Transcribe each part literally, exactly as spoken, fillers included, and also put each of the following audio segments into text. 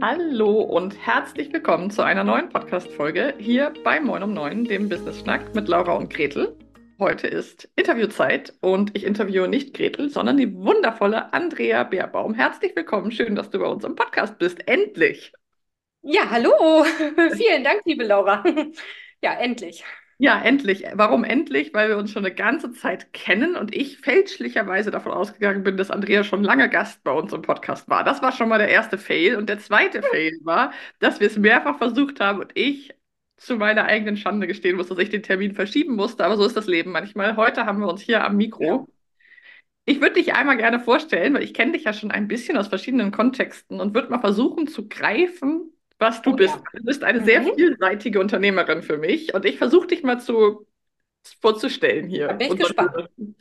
Hallo und herzlich willkommen zu einer neuen Podcast-Folge hier bei Moin um neun, dem Business-Schnack mit Laura und Gretel. Heute ist Interviewzeit und ich interviewe nicht Gretel, sondern die wundervolle Andrea Beerbaum. Herzlich willkommen, schön, dass du bei uns im Podcast bist. Endlich! Ja, hallo. Vielen Dank, liebe Laura. Ja, endlich. Ja, endlich. Warum endlich? Weil wir uns schon eine ganze Zeit kennen und ich fälschlicherweise davon ausgegangen bin, dass Andrea schon lange Gast bei uns im Podcast war. Das war schon mal der erste Fail. Und der zweite Fail war, dass wir es mehrfach versucht haben und ich zu meiner eigenen Schande gestehen musste, dass ich den Termin verschieben musste. Aber so ist das Leben manchmal. Heute haben wir uns hier am Ja. Mikro. Ich würde dich einmal gerne vorstellen, weil ich kenne dich ja schon ein bisschen aus verschiedenen Kontexten und würde mal versuchen zu greifen, was du Oh bist. ja. Du bist eine sehr Mhm. vielseitige Unternehmerin für mich und ich versuche dich mal zu vorzustellen Da hier. bin ich Unseren gespannt. Hörern.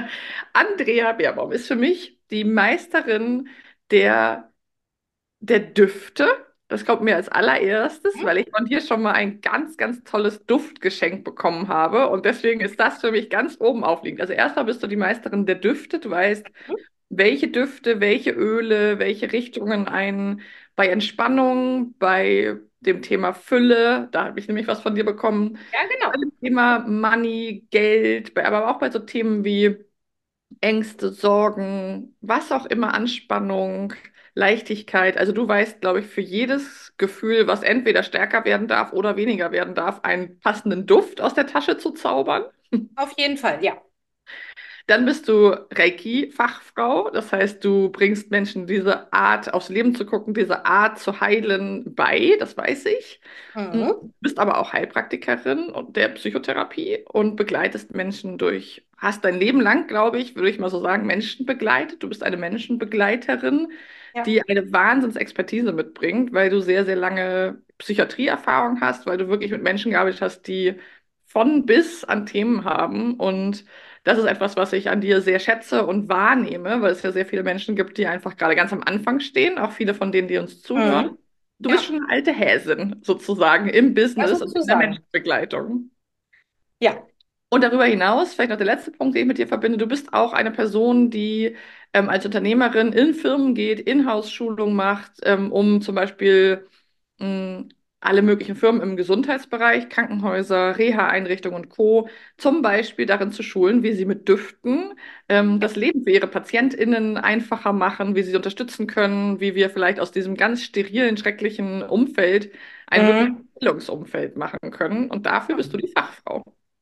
Andrea Beerbaum ist für mich die Meisterin der, der Düfte. Das kommt mir als allererstes, Mhm. weil ich von dir schon mal ein ganz, ganz tolles Duftgeschenk bekommen habe. Und deswegen ist das für mich ganz oben aufliegend. Also erstmal bist du die Meisterin der Düfte. Du weißt, welche Düfte, welche Öle, welche Richtungen einen bei Entspannung, bei dem Thema Fülle, da habe ich nämlich was von dir bekommen, Ja, bei genau. dem Thema Money, Geld, bei, aber auch bei so Themen wie Ängste, Sorgen, was auch immer, Anspannung, Leichtigkeit. Also du weißt, glaube ich, für jedes Gefühl, was entweder stärker werden darf oder weniger werden darf, einen passenden Duft aus der Tasche zu zaubern. Auf jeden Fall, ja. Dann bist du Reiki-Fachfrau. Das heißt, du bringst Menschen diese Art, aufs Leben zu gucken, diese Art zu heilen bei. Das weiß ich. Du Mhm. bist aber auch Heilpraktikerin und der Psychotherapie und begleitest Menschen durch, hast dein Leben lang, glaube ich, würde ich mal so sagen, Menschen begleitet. Du bist eine Menschenbegleiterin, Ja. die eine Wahnsinnsexpertise mitbringt, weil du sehr, sehr lange Psychiatrieerfahrung hast, weil du wirklich mit Menschen gearbeitet hast, die von bis an Themen haben. Und das ist etwas, was ich an dir sehr schätze und wahrnehme, weil es ja sehr viele Menschen gibt, die einfach gerade ganz am Anfang stehen, auch viele von denen, die uns zuhören. Mhm. Du bist Ja, schon eine alte Häsin sozusagen im ja, Business und in der sozusagen. Menschenbegleitung. Ja. Und darüber hinaus, vielleicht noch der letzte Punkt, den ich mit dir verbinde, du bist auch eine Person, die ähm, als Unternehmerin in Firmen geht, Inhouse-Schulung macht, ähm, um zum Beispiel mh, alle möglichen Firmen im Gesundheitsbereich, Krankenhäuser, Reha-Einrichtungen und Co. zum Beispiel darin zu schulen, wie sie mit Düften ähm, das Leben für ihre PatientInnen einfacher machen, wie sie sie unterstützen können, wie wir vielleicht aus diesem ganz sterilen, schrecklichen Umfeld ein wirklich Mhm. Heilungsumfeld machen können. Und dafür bist du die Fachfrau.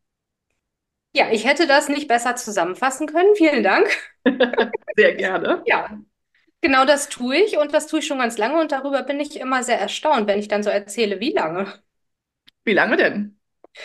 Ja, ich hätte das nicht besser zusammenfassen können. Vielen Dank. Sehr gerne. Ja, genau das tue ich und das tue ich schon ganz lange und darüber bin ich immer sehr erstaunt, wenn ich dann so erzähle, wie lange. Wie lange denn?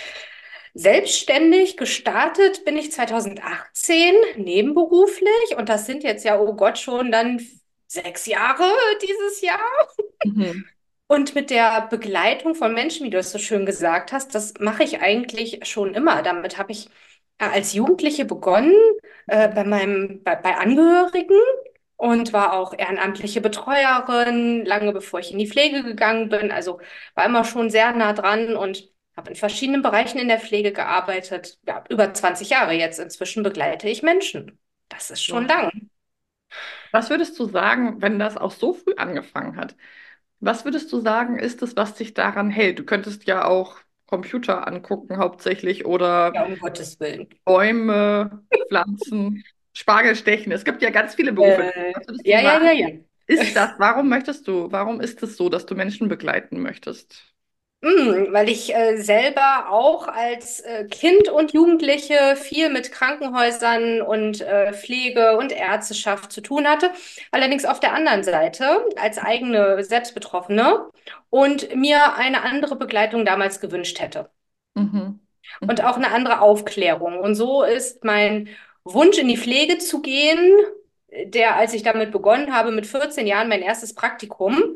Selbstständig gestartet bin ich zweitausendachtzehn nebenberuflich und das sind jetzt ja, oh Gott, schon dann sechs Jahre dieses Jahr. Mhm. Und mit der Begleitung von Menschen, wie du es so schön gesagt hast, das mache ich eigentlich schon immer. Damit habe ich äh, als Jugendliche begonnen, äh, bei meinem, bei, bei Angehörigen und war auch ehrenamtliche Betreuerin, lange bevor ich in die Pflege gegangen bin. Also war immer schon sehr nah dran und habe in verschiedenen Bereichen in der Pflege gearbeitet. Ja, über zwanzig Jahre jetzt. Inzwischen begleite ich Menschen. Das ist schon Wow. lang. Was würdest du sagen, wenn das auch so früh angefangen hat? Was würdest du sagen, ist es, was dich daran hält? Du könntest ja auch Computer angucken hauptsächlich oder Ja, um Gottes Willen. Bäume, Pflanzen, Spargel stechen. Es gibt ja ganz viele Berufe. Äh, Was würdest du ja, ja, ja, sagen, ja. ist das? Warum möchtest du, warum ist es so, dass du Menschen begleiten möchtest? Mm, weil ich äh, selber auch als äh, Kind und Jugendliche viel mit Krankenhäusern und äh, Pflege und Ärzteschaft zu tun hatte. Allerdings auf der anderen Seite als eigene Selbstbetroffene und mir eine andere Begleitung damals gewünscht hätte Mhm. und Mhm. auch eine andere Aufklärung. Und so ist mein Wunsch, in die Pflege zu gehen, der, als ich damit begonnen habe, mit vierzehn Jahren mein erstes Praktikum,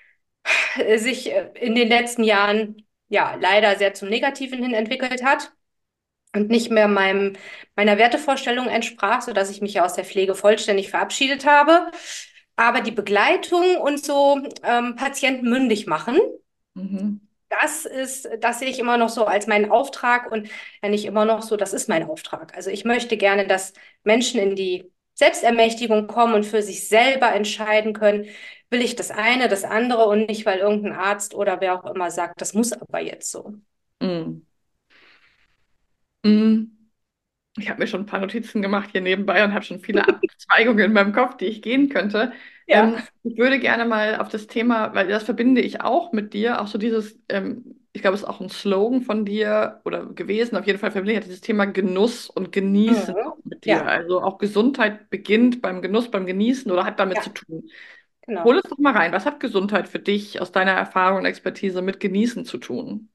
äh, sich äh, in den letzten Jahren ja leider sehr zum Negativen hin entwickelt hat und nicht mehr meinem, meiner Wertevorstellung entsprach, sodass ich mich ja aus der Pflege vollständig verabschiedet habe. Aber die Begleitung und so ähm, Patienten mündig machen, Mhm. das ist, das sehe ich immer noch so als meinen Auftrag und ja nicht immer noch so, das ist mein Auftrag. Also ich möchte gerne, dass Menschen in die Selbstermächtigung kommen und für sich selber entscheiden können, will ich das eine, das andere und nicht, weil irgendein Arzt oder wer auch immer sagt, das muss aber jetzt so. Mm. Mm. Ich habe mir schon ein paar Notizen gemacht hier nebenbei und habe schon viele Abzweigungen in meinem Kopf, die ich gehen könnte. Ja. Ähm, ich würde gerne mal auf das Thema, weil das verbinde ich auch mit dir, auch so dieses, ähm, ich glaube, es ist auch ein Slogan von dir oder gewesen, auf jeden Fall verbinde ich dieses Thema Genuss und Genießen Mhm. auch mit dir. Ja, Also auch Gesundheit beginnt beim Genuss, beim Genießen oder hat damit zu ja, tun. Hol genau. es doch mal rein. Was hat Gesundheit für dich aus deiner Erfahrung und Expertise mit Genießen zu tun?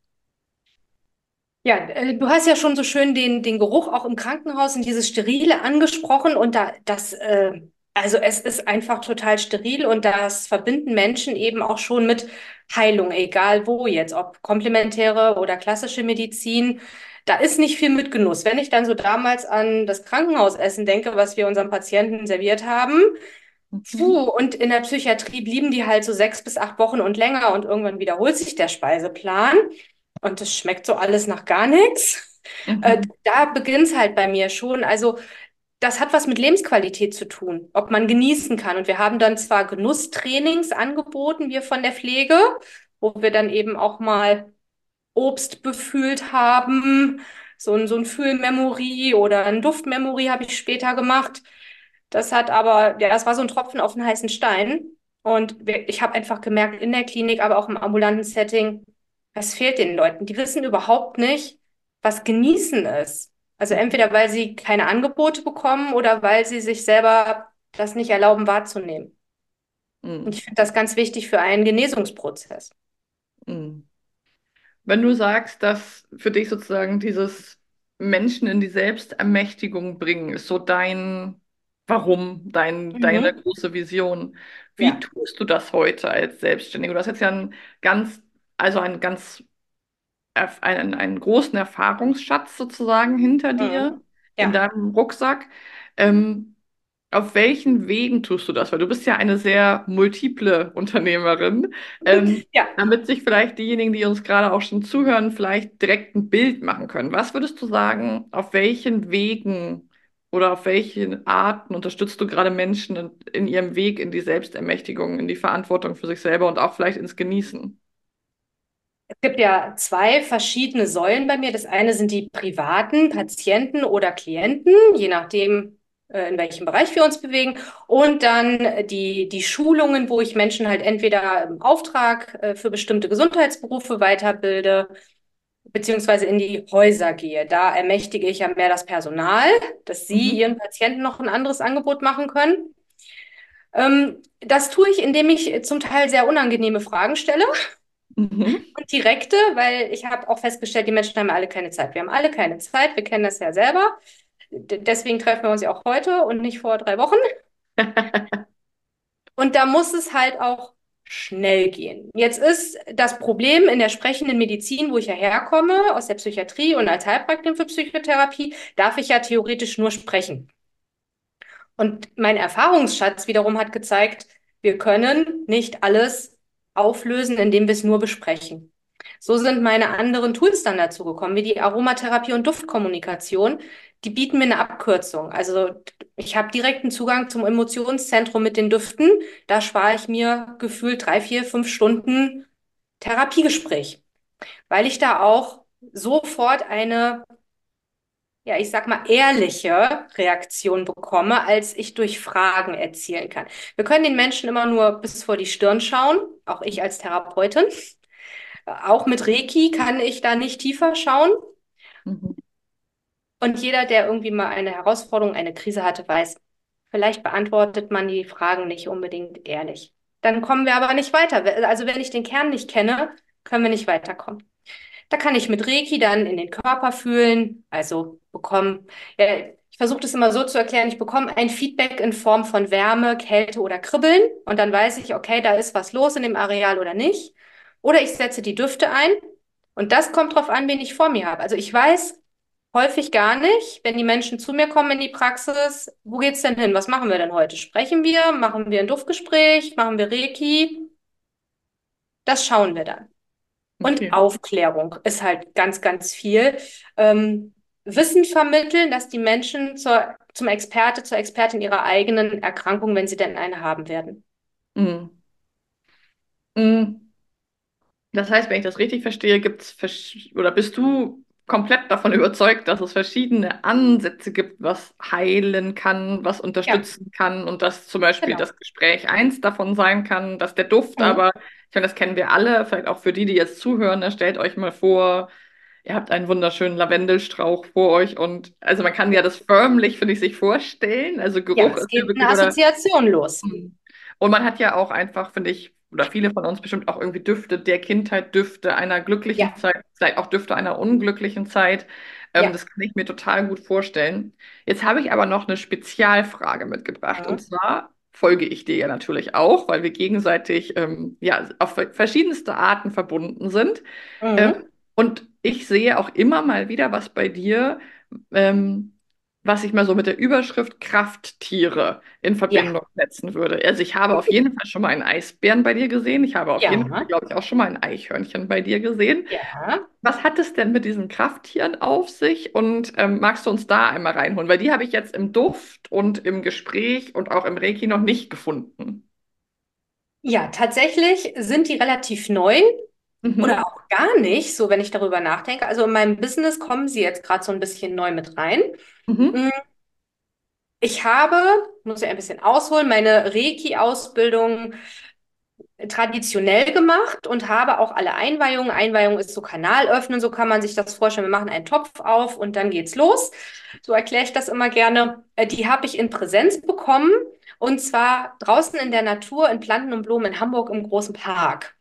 Ja, äh, du hast ja schon so schön den, den Geruch auch im Krankenhaus und dieses Sterile angesprochen und da das, äh, also es ist einfach total steril und das verbinden Menschen eben auch schon mit Heilung, egal wo jetzt, ob komplementäre oder klassische Medizin. Da ist nicht viel mit Genuss. Wenn ich dann so damals an das Krankenhausessen denke, was wir unseren Patienten serviert haben, puh, Mhm. und in der Psychiatrie blieben die halt so sechs bis acht Wochen und länger und irgendwann wiederholt sich der Speiseplan. Und es schmeckt so alles nach gar nichts. Äh, Mhm. da beginnt es halt bei mir schon. Also das hat was mit Lebensqualität zu tun, ob man genießen kann. Und wir haben dann zwar Genusstrainings angeboten, wir von der Pflege, wo wir dann eben auch mal Obst befühlt haben. So ein, so ein Fühlmemory oder ein Duftmemory habe ich später gemacht. Das hat aber, ja, das war so ein Tropfen auf den heißen Stein. Und wir, ich habe einfach gemerkt, in der Klinik, aber auch im ambulanten Setting, was fehlt den Leuten? Die wissen überhaupt nicht, was Genießen ist. Also Mhm. entweder weil sie keine Angebote bekommen oder weil sie sich selber das nicht erlauben wahrzunehmen. Und Mhm. ich finde das ganz wichtig für einen Genesungsprozess. Mhm. Wenn du sagst, dass für dich sozusagen dieses Menschen in die Selbstermächtigung bringen, ist so dein Warum, dein, deine Mhm. große Vision. Wie Ja. tust du das heute als Selbstständige? Du hast jetzt ja einen ganz, also einen ganz, erf- einen, einen großen Erfahrungsschatz sozusagen hinter dir Mhm. in Ja. deinem Rucksack. Ähm, Auf welchen Wegen tust du das? Weil du bist ja eine sehr multiple Unternehmerin. Ähm, Ja. damit sich vielleicht diejenigen, die uns gerade auch schon zuhören, vielleicht direkt ein Bild machen können. Was würdest du sagen, auf welchen Wegen oder auf welchen Arten unterstützt du gerade Menschen in, in ihrem Weg in die Selbstermächtigung, in die Verantwortung für sich selber und auch vielleicht ins Genießen? Es gibt ja zwei verschiedene Säulen bei mir. Das eine sind die privaten Patienten oder Klienten, je nachdem, äh, in welchem Bereich wir uns bewegen. Und dann die, die Schulungen, wo ich Menschen halt entweder im Auftrag äh, für bestimmte Gesundheitsberufe weiterbilde, beziehungsweise in die Häuser gehe. Da ermächtige ich ja mehr das Personal, dass sie Mhm. ihren Patienten noch ein anderes Angebot machen können. Ähm, das tue ich, indem ich zum Teil sehr unangenehme Fragen stelle. Mhm. Und direkte, weil ich habe auch festgestellt, die Menschen haben alle keine Zeit. Wir haben alle keine Zeit, wir kennen das ja selber. D deswegen treffen wir uns ja auch heute und nicht vor drei Wochen. Und da muss es halt auch schnell gehen. Jetzt ist das Problem in der sprechenden Medizin, wo ich ja herkomme, aus der Psychiatrie und als Heilpraktikerin für Psychotherapie, darf ich ja theoretisch nur sprechen. Und mein Erfahrungsschatz wiederum hat gezeigt, wir können nicht alles auflösen, indem wir es nur besprechen. So sind meine anderen Tools dann dazu gekommen, wie die Aromatherapie und Duftkommunikation. Die bieten mir eine Abkürzung. Also ich habe direkten Zugang zum Emotionszentrum mit den Düften. Da spare ich mir gefühlt drei, vier, fünf Stunden Therapiegespräch, weil ich da auch sofort eine, ja, ich sag mal, ehrliche Reaktion bekomme, als ich durch Fragen erzielen kann. Wir können den Menschen immer nur bis vor die Stirn schauen, auch ich als Therapeutin. Auch mit Reiki kann ich da nicht tiefer schauen. Mhm. Und jeder, der irgendwie mal eine Herausforderung, eine Krise hatte, weiß, vielleicht beantwortet man die Fragen nicht unbedingt ehrlich. Dann kommen wir aber nicht weiter. Also wenn ich den Kern nicht kenne, können wir nicht weiterkommen. Da kann ich mit Reiki dann in den Körper fühlen, also bekommen, ja, ich versuche das immer so zu erklären, ich bekomme ein Feedback in Form von Wärme, Kälte oder Kribbeln und dann weiß ich, okay, da ist was los in dem Areal oder nicht. Oder ich setze die Düfte ein und das kommt drauf an, wen ich vor mir habe. Also ich weiß häufig gar nicht, wenn die Menschen zu mir kommen in die Praxis, wo geht's denn hin? Was machen wir denn heute? Sprechen wir? Machen wir ein Duftgespräch? Machen wir Reiki? Das schauen wir dann. Und Okay. Aufklärung ist halt ganz, ganz viel. Ähm, Wissen vermitteln, dass die Menschen zur, zum Experte, zur Expertin ihrer eigenen Erkrankung, wenn sie denn eine haben werden. Mhm. Mm, Das heißt, wenn ich das richtig verstehe, gibt's versch- oder bist du komplett davon überzeugt, dass es verschiedene Ansätze gibt, was heilen kann, was Ja, unterstützen kann und dass zum Beispiel genau. das Gespräch eins davon sein kann, dass der Duft Mhm. aber, ich meine, das kennen wir alle, vielleicht auch für die, die jetzt zuhören, ne, stellt euch mal vor, ihr habt einen wunderschönen Lavendelstrauch vor euch und also man kann ja Ja, das förmlich, finde ich, sich vorstellen. Also ja, Geruch es ist ja geht eine wirklich, oder Assoziation los. hm. Und man hat ja auch einfach, finde ich, oder viele von uns bestimmt auch irgendwie Düfte der Kindheit, Düfte einer glücklichen Ja, Zeit, vielleicht auch Düfte einer unglücklichen Zeit. Ähm, ja. das kann ich mir total gut vorstellen. Jetzt habe ich aber noch eine Spezialfrage mitgebracht. Und Mhm. zwar folge ich dir ja natürlich auch, weil wir gegenseitig ähm, ja, auf verschiedenste Arten verbunden sind. Ähm, Mhm. und ich sehe auch immer mal wieder was bei dir, ähm, was ich mal so mit der Überschrift Krafttiere in Ja, Verbindung setzen würde. Also ich habe auf jeden Fall schon mal einen Eisbären bei dir gesehen. Ich habe auf jeden Fall, ja, glaube ich, auch schon mal ein Eichhörnchen bei dir gesehen. ja. Was hat es denn mit diesen Krafttieren auf sich? Und ähm, magst du uns da einmal reinholen? Weil die habe ich jetzt im Duft und im Gespräch und auch im Reiki noch nicht gefunden. Ja, tatsächlich sind die relativ neu Mhm. oder auch gar nicht, so wenn ich darüber nachdenke. Also in meinem Business kommen sie jetzt gerade so ein bisschen neu mit rein. Mhm. Mm, Ich habe, muss ich ein bisschen ausholen, meine Reiki-Ausbildung traditionell gemacht und habe auch alle Einweihungen. Einweihung ist so Kanal öffnen, so kann man sich das vorstellen. Wir machen einen Topf auf und dann geht's los. So erkläre ich das immer gerne. Äh, Die habe ich in Präsenz bekommen und zwar draußen in der Natur in Planten und Blumen in Hamburg im großen Park.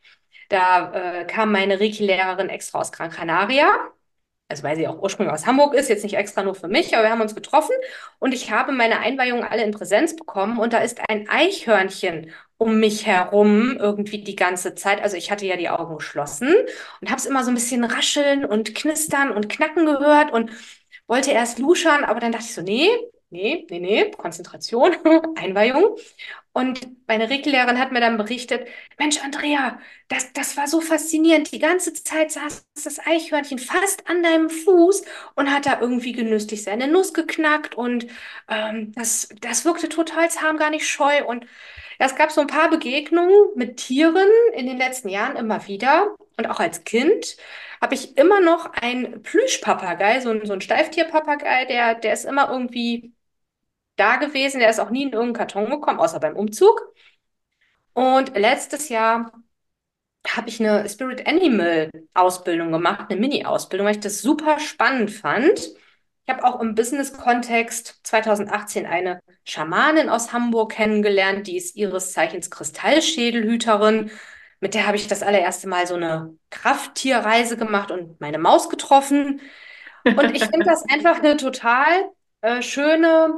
Da äh, kam meine Reiki-Lehrerin extra aus Gran Canaria, also weil sie auch ursprünglich aus Hamburg ist, jetzt nicht extra nur für mich, aber wir haben uns getroffen und ich habe meine Einweihungen alle in Präsenz bekommen und da ist ein Eichhörnchen um mich herum irgendwie die ganze Zeit. Also ich hatte ja die Augen geschlossen und habe es immer so ein bisschen rascheln und knistern und knacken gehört und wollte erst luschern, aber dann dachte ich so, nee, nee, nee, nee, Konzentration, Einweihung. Und meine Regellehrerin hat mir dann berichtet, Mensch, Andrea, das, das war so faszinierend. Die ganze Zeit saß das Eichhörnchen fast an deinem Fuß und hat da irgendwie genüsslich seine Nuss geknackt und ähm, das, das wirkte total zahm, gar nicht scheu. Und ja, es gab so ein paar Begegnungen mit Tieren in den letzten Jahren immer wieder. Und auch als Kind habe ich immer noch einen Plüschpapagei, so ein, so ein Steiftierpapagei, der, der ist immer irgendwie da gewesen. Der ist auch nie in irgendeinen Karton gekommen, außer beim Umzug. Und letztes Jahr habe ich eine Spirit Animal Ausbildung gemacht, eine Mini-Ausbildung, weil ich das super spannend fand. Ich habe auch im Business-Kontext zwanzig achtzehn eine Schamanin aus Hamburg kennengelernt, die ist ihres Zeichens Kristallschädelhüterin. Mit der habe ich das allererste Mal so eine Krafttierreise gemacht und meine Maus getroffen. Und ich finde das einfach eine total äh, schöne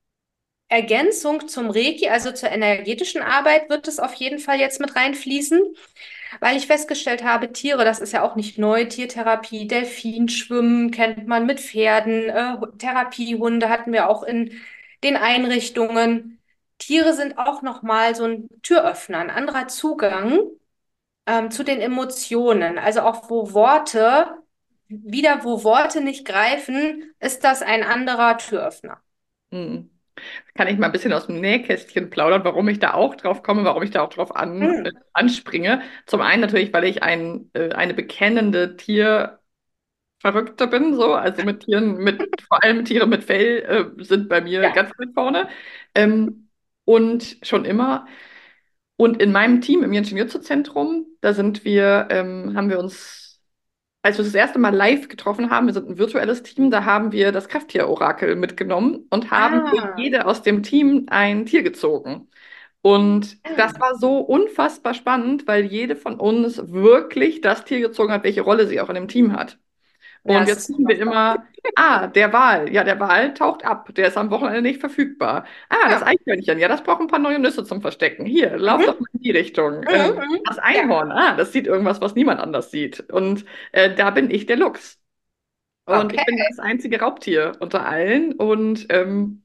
Ergänzung zum Reiki, also zur energetischen Arbeit, wird es auf jeden Fall jetzt mit reinfließen, weil ich festgestellt habe, Tiere, das ist ja auch nicht neu, Tiertherapie, Delfinschwimmen kennt man mit Pferden, äh, Therapiehunde hatten wir auch in den Einrichtungen. Tiere sind auch nochmal so ein Türöffner, ein anderer Zugang ähm, zu den Emotionen. Also auch wo Worte, wieder wo Worte nicht greifen, ist das ein anderer Türöffner. Mhm. Kann ich mal ein bisschen aus dem Nähkästchen plaudern, warum ich da auch drauf komme, warum ich da auch drauf an, äh, Hm. anspringe. Zum einen natürlich, weil ich ein, äh, eine bekennende Tierverrückte bin, so. Also mit Tieren, mit, vor allem Tiere mit Fell, äh, sind bei mir Ja. ganz weit vorne. Ähm, und schon immer. Und in meinem Team im Jiu-Jitsu-Zentrum, da sind wir, ähm, haben wir uns, als wir das erste Mal live getroffen haben, wir sind ein virtuelles Team, da haben wir das Krafttier-Orakel mitgenommen und haben für Ah. jede aus dem Team ein Tier gezogen. Und das Ja. war so unfassbar spannend, weil jede von uns wirklich das Tier gezogen hat, welche Rolle sie auch in dem Team hat. Ja, Und es jetzt ist ziehen wir wundervoll. immer, ah, der Wal, ja, der Wal taucht ab, der ist am Wochenende nicht verfügbar. Ah, das Ja. Eichhörnchen, ja, das braucht ein paar neue Nüsse zum Verstecken. Hier, lauf doch Mhm. mal in die Richtung. Mhm. Ähm, Mhm. das Ja. Einhorn, ah, das sieht irgendwas, was niemand anders sieht. Und äh, da bin ich der Luchs. Und ich Okay. bin das einzige Raubtier unter allen. Und ähm,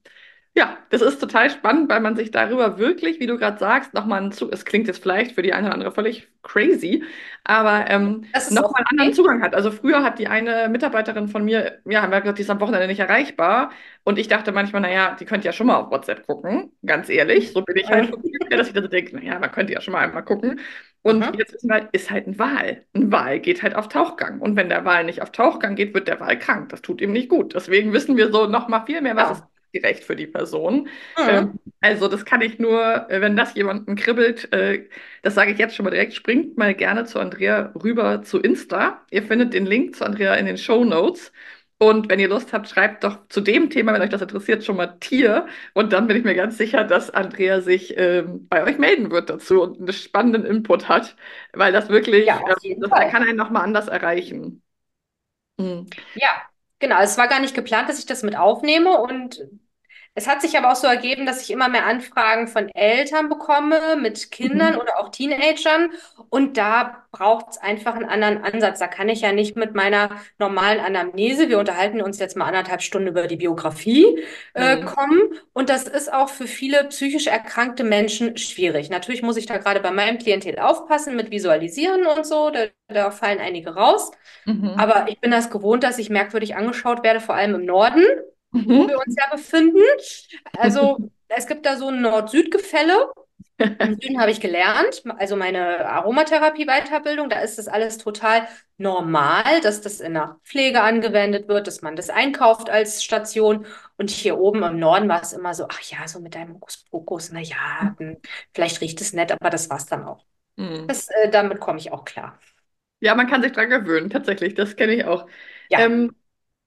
Ja, das ist total spannend, weil man sich darüber wirklich, wie du gerade sagst, nochmal einen Zug, es klingt jetzt vielleicht für die eine oder andere völlig crazy, aber ähm, Das ist auch nochmal einen anderen okay. Zugang hat. Also früher hat die eine Mitarbeiterin von mir, ja, haben wir gesagt, die ist am Wochenende nicht erreichbar. Und ich dachte manchmal, naja, die könnte ja schon mal auf WhatsApp gucken, ganz ehrlich. So bin ich halt vom Typ her, dass ich da so denke, naja, man könnte ja schon mal einmal gucken. Und Mhm. jetzt wissen wir halt, ist halt ein Wal. Ein Wal geht halt auf Tauchgang. Und wenn der Wal nicht auf Tauchgang geht, wird der Wal krank. Das tut ihm nicht gut. Deswegen wissen wir so nochmal viel mehr, was ist Ja. gerecht für die Person. Mhm. Ähm, also das kann ich nur, äh, wenn das jemanden kribbelt, äh, das sage ich jetzt schon mal direkt, springt mal gerne zu Andrea rüber zu Insta. Ihr findet den Link zu Andrea in den Show Notes. Und wenn ihr Lust habt, schreibt doch zu dem Thema, wenn euch das interessiert, schon mal Tier. Und dann bin ich mir ganz sicher, dass Andrea sich ähm, bei euch melden wird dazu und einen spannenden Input hat, weil das Ja, wirklich, ähm, auf jeden das, er Fall. kann einen nochmal anders erreichen. Mhm. Ja, genau. Es war gar nicht geplant, dass ich das mit aufnehme und es hat sich aber auch so ergeben, dass ich immer mehr Anfragen von Eltern bekomme mit Kindern Mhm. oder auch Teenagern. Und da braucht es einfach einen anderen Ansatz. Da kann ich ja nicht mit meiner normalen Anamnese, wir unterhalten uns jetzt mal anderthalb Stunden über die Biografie, äh, Mhm. kommen. Und das ist auch für viele psychisch erkrankte Menschen schwierig. Natürlich muss ich da gerade bei meinem Klientel aufpassen mit Visualisieren und so. Da, da fallen einige raus. Mhm. Aber ich bin das gewohnt, dass ich merkwürdig angeschaut werde, vor allem im Norden, wo Mhm. wir uns ja befinden. Also es gibt da so ein Nord-Süd-Gefälle. Im Süden habe ich gelernt, also meine Aromatherapie-Weiterbildung, da ist das alles total normal, dass das in der Pflege angewendet wird, dass man das einkauft als Station. Und hier oben im Norden war es immer so, ach ja, so mit deinem Hokuspokus, na ja, hm, vielleicht riecht es nett, aber das war's dann auch. Mhm. Das, äh, damit komme ich auch klar. Ja, man kann sich dran gewöhnen, tatsächlich. Das kenne ich auch. Ja. Ähm,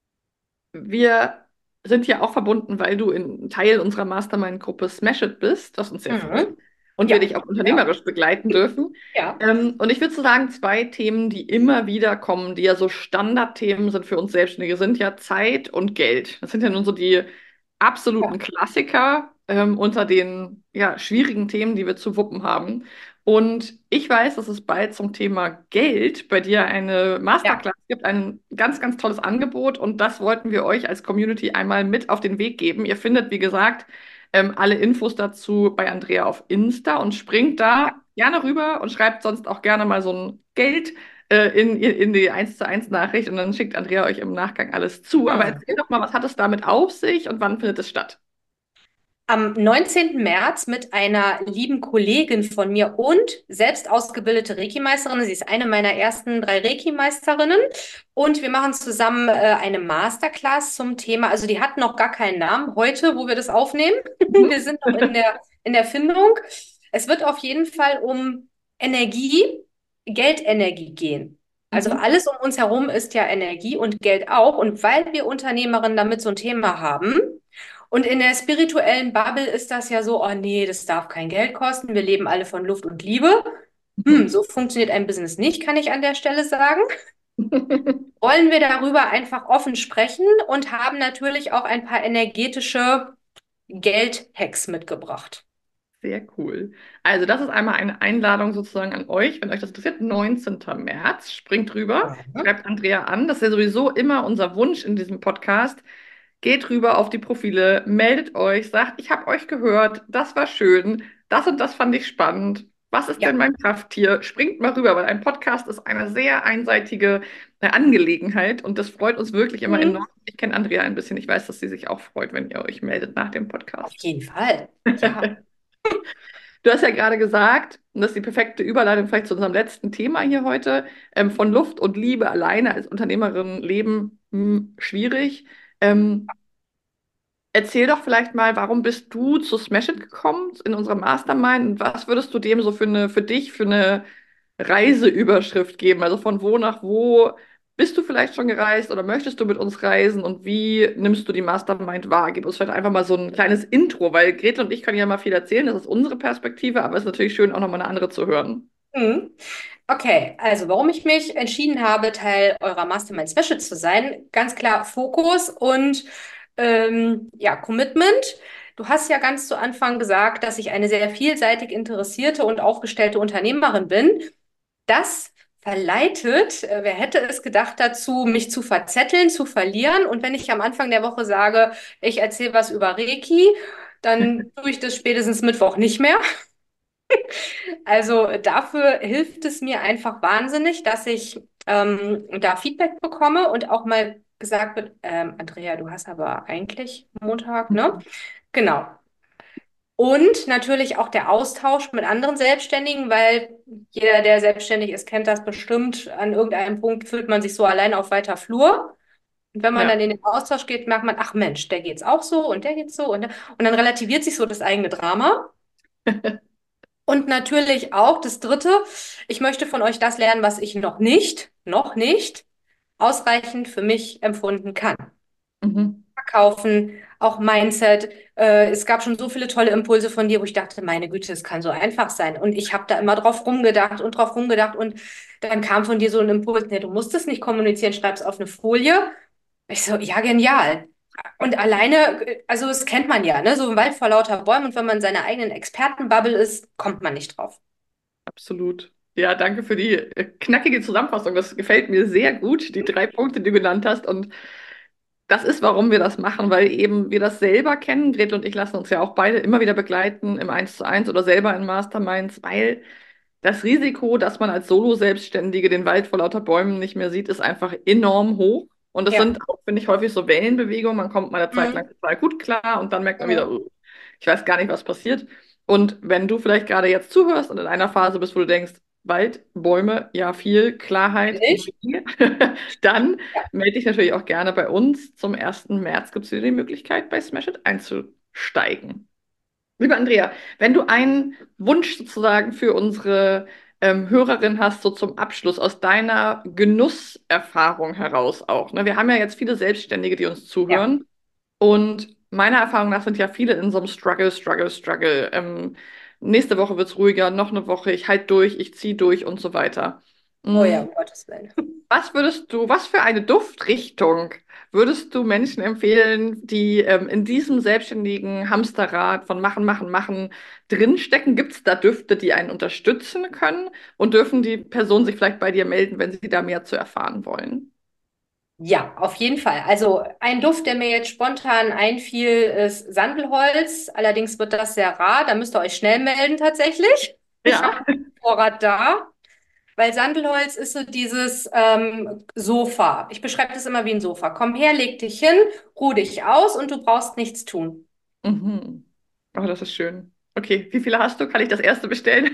wir sind ja auch verbunden, weil du in Teil unserer Mastermind-Gruppe Smash It bist, was uns sehr freut. Mhm. Und wir Ja. dich auch Ja. unternehmerisch begleiten dürfen. Ja. Ähm, und ich würde so sagen, zwei Themen, die immer wieder kommen, die ja so Standardthemen sind für uns Selbstständige, sind ja Zeit und Geld. Das sind ja nun so die absoluten Ja. Klassiker ähm, unter den ja, schwierigen Themen, die wir zu wuppen haben. Und ich weiß, dass es bald zum Thema Geld bei dir eine Ja. Masterclass gibt, ein ganz, ganz tolles Angebot. Und das wollten wir euch als Community einmal mit auf den Weg geben. Ihr findet, wie gesagt, ähm, alle Infos dazu bei Andrea auf Insta und springt Ja. da gerne rüber und schreibt sonst auch gerne mal so ein Geld äh, in, in die eins zu eins Nachricht und dann schickt Andrea euch im Nachgang alles zu. Aber erzähl Mhm. doch mal, was hat es damit auf sich und wann findet es statt? Am neunzehnten März mit einer lieben Kollegin von mir und selbst ausgebildete Reiki-Meisterin. Sie ist eine meiner ersten drei Reiki-Meisterinnen. Und wir machen zusammen äh, eine Masterclass zum Thema. Also die hat noch gar keinen Namen heute, wo wir das aufnehmen. Mhm. Wir sind noch in der, in der Findung. Es wird auf jeden Fall um Energie, Geldenergie gehen. Also Mhm. alles um uns herum ist ja Energie und Geld auch. Und weil wir Unternehmerinnen damit so ein Thema haben, und in der spirituellen Bubble ist das ja so, oh nee, das darf kein Geld kosten, wir leben alle von Luft und Liebe. Hm, Mhm. so funktioniert ein Business nicht, kann ich an der Stelle sagen. Wollen wir darüber einfach offen sprechen und haben natürlich auch ein paar energetische Geldhacks mitgebracht. Sehr cool. Also, das ist einmal eine Einladung sozusagen an euch, wenn euch das interessiert. neunzehnten März, springt rüber, Mhm. schreibt Andrea an. Das ist ja sowieso immer unser Wunsch in diesem Podcast. Geht rüber auf die Profile, meldet euch, sagt, ich habe euch gehört, das war schön, das und das fand ich spannend. Was ist denn Ja. mein Krafttier? Springt mal rüber, weil ein Podcast ist eine sehr einseitige äh, Angelegenheit und das freut uns wirklich immer Mhm. enorm. Ich kenne Andrea ein bisschen, ich weiß, dass sie sich auch freut, wenn ihr euch meldet nach dem Auf Podcast. jeden Fall. Ja. Du hast ja gerade gesagt, und das ist die perfekte Überleitung vielleicht zu unserem letzten Thema hier heute, ähm, von Luft und Liebe alleine als Unternehmerin leben, hm, schwierig. Ähm, Erzähl doch vielleicht mal, warum bist du zu Smash It gekommen in unserer Mastermind und was würdest du dem so für eine, für dich, für eine Reiseüberschrift geben? Also von wo nach wo bist du vielleicht schon gereist oder möchtest du mit uns reisen und wie nimmst du die Mastermind wahr? Gib uns vielleicht einfach mal so ein kleines Intro, weil Gretel und ich können ja mal viel erzählen, das ist unsere Perspektive, aber es ist natürlich schön, auch nochmal eine andere zu hören. Mhm. Okay, also warum ich mich entschieden habe, Teil eurer Mastermind Special zu sein, ganz klar Fokus und ähm, ja, Commitment. Du hast ja ganz zu Anfang gesagt, dass ich eine sehr vielseitig interessierte und aufgestellte Unternehmerin bin. Das verleitet, äh, wer hätte es gedacht dazu, mich zu verzetteln, zu verlieren. Und wenn ich am Anfang der Woche sage, ich erzähle was über Reiki, dann tue ich das spätestens Mittwoch nicht mehr. Also dafür hilft es mir einfach wahnsinnig, dass ich ähm, da Feedback bekomme und auch mal gesagt wird, ähm, Andrea, du hast aber eigentlich Montag, ne? Genau. Und natürlich auch der Austausch mit anderen Selbstständigen, weil jeder, der selbstständig ist, kennt das bestimmt. An irgendeinem Punkt fühlt man sich so allein auf weiter Flur. Und wenn man Ja. dann in den Austausch geht, merkt man, ach Mensch, der geht's auch so und der geht's so. Und, und dann relativiert sich so das eigene Drama. Und natürlich auch das Dritte, ich möchte von euch das lernen, was ich noch nicht, noch nicht ausreichend für mich empfunden kann. Mhm. Verkaufen, auch Mindset. Äh, es gab schon so viele tolle Impulse von dir, wo ich dachte, meine Güte, es kann so einfach sein. Und ich habe da immer drauf rumgedacht und drauf rumgedacht. Und dann kam von dir so ein Impuls, ne, du musst es nicht kommunizieren, schreib es auf eine Folie. Ich so, ja, genial. Und alleine, äh, also das kennt man ja, ne? So ein Wald vor lauter Bäumen. Und wenn man in seiner eigenen Expertenbubble ist, kommt man nicht drauf. Absolut. Ja, danke für die äh, knackige Zusammenfassung. Das gefällt mir sehr gut, die drei Punkte, die du genannt hast. Und das ist, warum wir das machen, weil eben wir das selber kennen. Grete und ich lassen uns ja auch beide immer wieder begleiten im Eins zu eins oder selber in Masterminds, weil das Risiko, dass man als Solo-Selbstständige den Wald vor lauter Bäumen nicht mehr sieht, ist einfach enorm hoch. Und es Ja. sind auch, finde ich, häufig so Wellenbewegungen. Man kommt mal eine Zeit lang Mhm. total gut klar und dann merkt man wieder, Mhm. oh, ich weiß gar nicht, was passiert. Und wenn du vielleicht gerade jetzt zuhörst und in einer Phase bist, wo du denkst, Wald, Bäume, ja, viel Klarheit, Nicht? wie, dann Ja. melde dich natürlich auch gerne bei uns. Zum ersten März gibt es wieder die Möglichkeit, bei Smash It einzusteigen. Liebe Andrea, wenn du einen Wunsch sozusagen für unsere ähm, Hörerin hast, so zum Abschluss aus deiner Genusserfahrung heraus auch. Ne? Wir haben ja jetzt viele Selbstständige, die uns Ja. zuhören. Und meiner Erfahrung nach sind ja viele in so einem Struggle, Struggle, Struggle. Ähm, nächste Woche wird es ruhiger, noch eine Woche, ich halte durch, ich ziehe durch und so weiter. Oh ja, Mm, um Gottes Willen. was würdest du, was für eine Duftrichtung würdest du Menschen empfehlen, die ähm, in diesem selbstständigen Hamsterrad von Machen, Machen, Machen drinstecken? Gibt es da Düfte, die einen unterstützen können? Und dürfen die Personen sich vielleicht bei dir melden, wenn sie da mehr zu erfahren wollen? Ja, auf jeden Fall. Also ein Duft, der mir jetzt spontan einfiel, ist Sandelholz. Allerdings wird das sehr rar. Da müsst ihr euch schnell melden tatsächlich. Ich habe Ja. Vorrat da, weil Sandelholz ist so dieses ähm, Sofa. Ich beschreibe das immer wie ein Sofa. Komm her, leg dich hin, ruh dich aus und du brauchst nichts tun. Mhm. Oh, das ist schön. Okay, wie viele hast du? Kann ich das erste bestellen?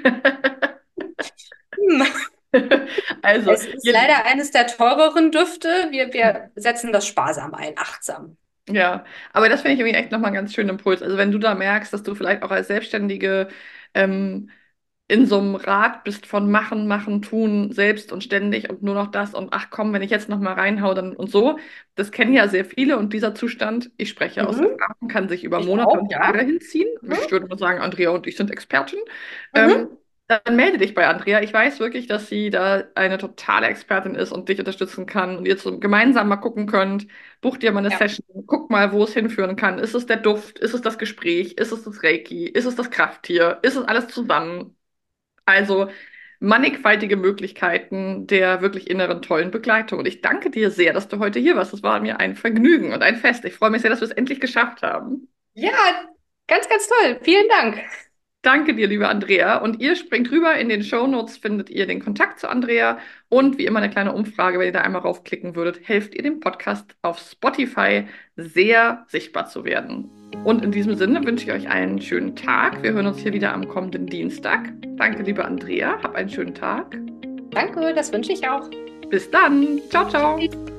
Hm. Also, Es ist ihr leider Lieben. eines der teureren Düfte. Wir, wir setzen das sparsam ein, achtsam. Ja, aber das finde ich irgendwie echt nochmal einen ganz schönen Impuls. Also wenn du da merkst, dass du vielleicht auch als Selbstständige ähm, in so einem Rad bist von machen, machen, tun, selbst und ständig und nur noch das und ach komm, wenn ich jetzt nochmal reinhau, dann und so. Das kennen ja sehr viele und dieser Zustand, ich spreche aus Mhm. Erfahrung, kann sich über Ich Monate auch, und Jahre ja. hinziehen. Mhm. Ich würde mal sagen, Andrea und ich sind Experten. Ähm, Mhm. Dann melde dich bei Andrea. Ich weiß wirklich, dass sie da eine totale Expertin ist und dich unterstützen kann und ihr zum, gemeinsam mal gucken könnt. Buch dir mal eine Ja. Session, guck mal, wo es hinführen kann. Ist es der Duft? Ist es das Gespräch? Ist es das Reiki? Ist es das Krafttier? Ist es alles zusammen? Also mannigfaltige Möglichkeiten der wirklich inneren tollen Begleitung. Und ich danke dir sehr, dass du heute hier warst. Es war mir ein Vergnügen und ein Fest. Ich freue mich sehr, dass wir es endlich geschafft haben. Ja, ganz, ganz toll. Vielen Dank. Danke dir, liebe Andrea. Und ihr springt rüber. In den Shownotes findet ihr den Kontakt zu Andrea. Und wie immer eine kleine Umfrage, wenn ihr da einmal raufklicken würdet, helft ihr dem Podcast auf Spotify sehr sichtbar zu werden. Und in diesem Sinne wünsche ich euch einen schönen Tag. Wir hören uns hier wieder am kommenden Dienstag. Danke, liebe Andrea. Hab einen schönen Tag. Danke, das wünsche ich auch. Bis dann. Ciao, ciao.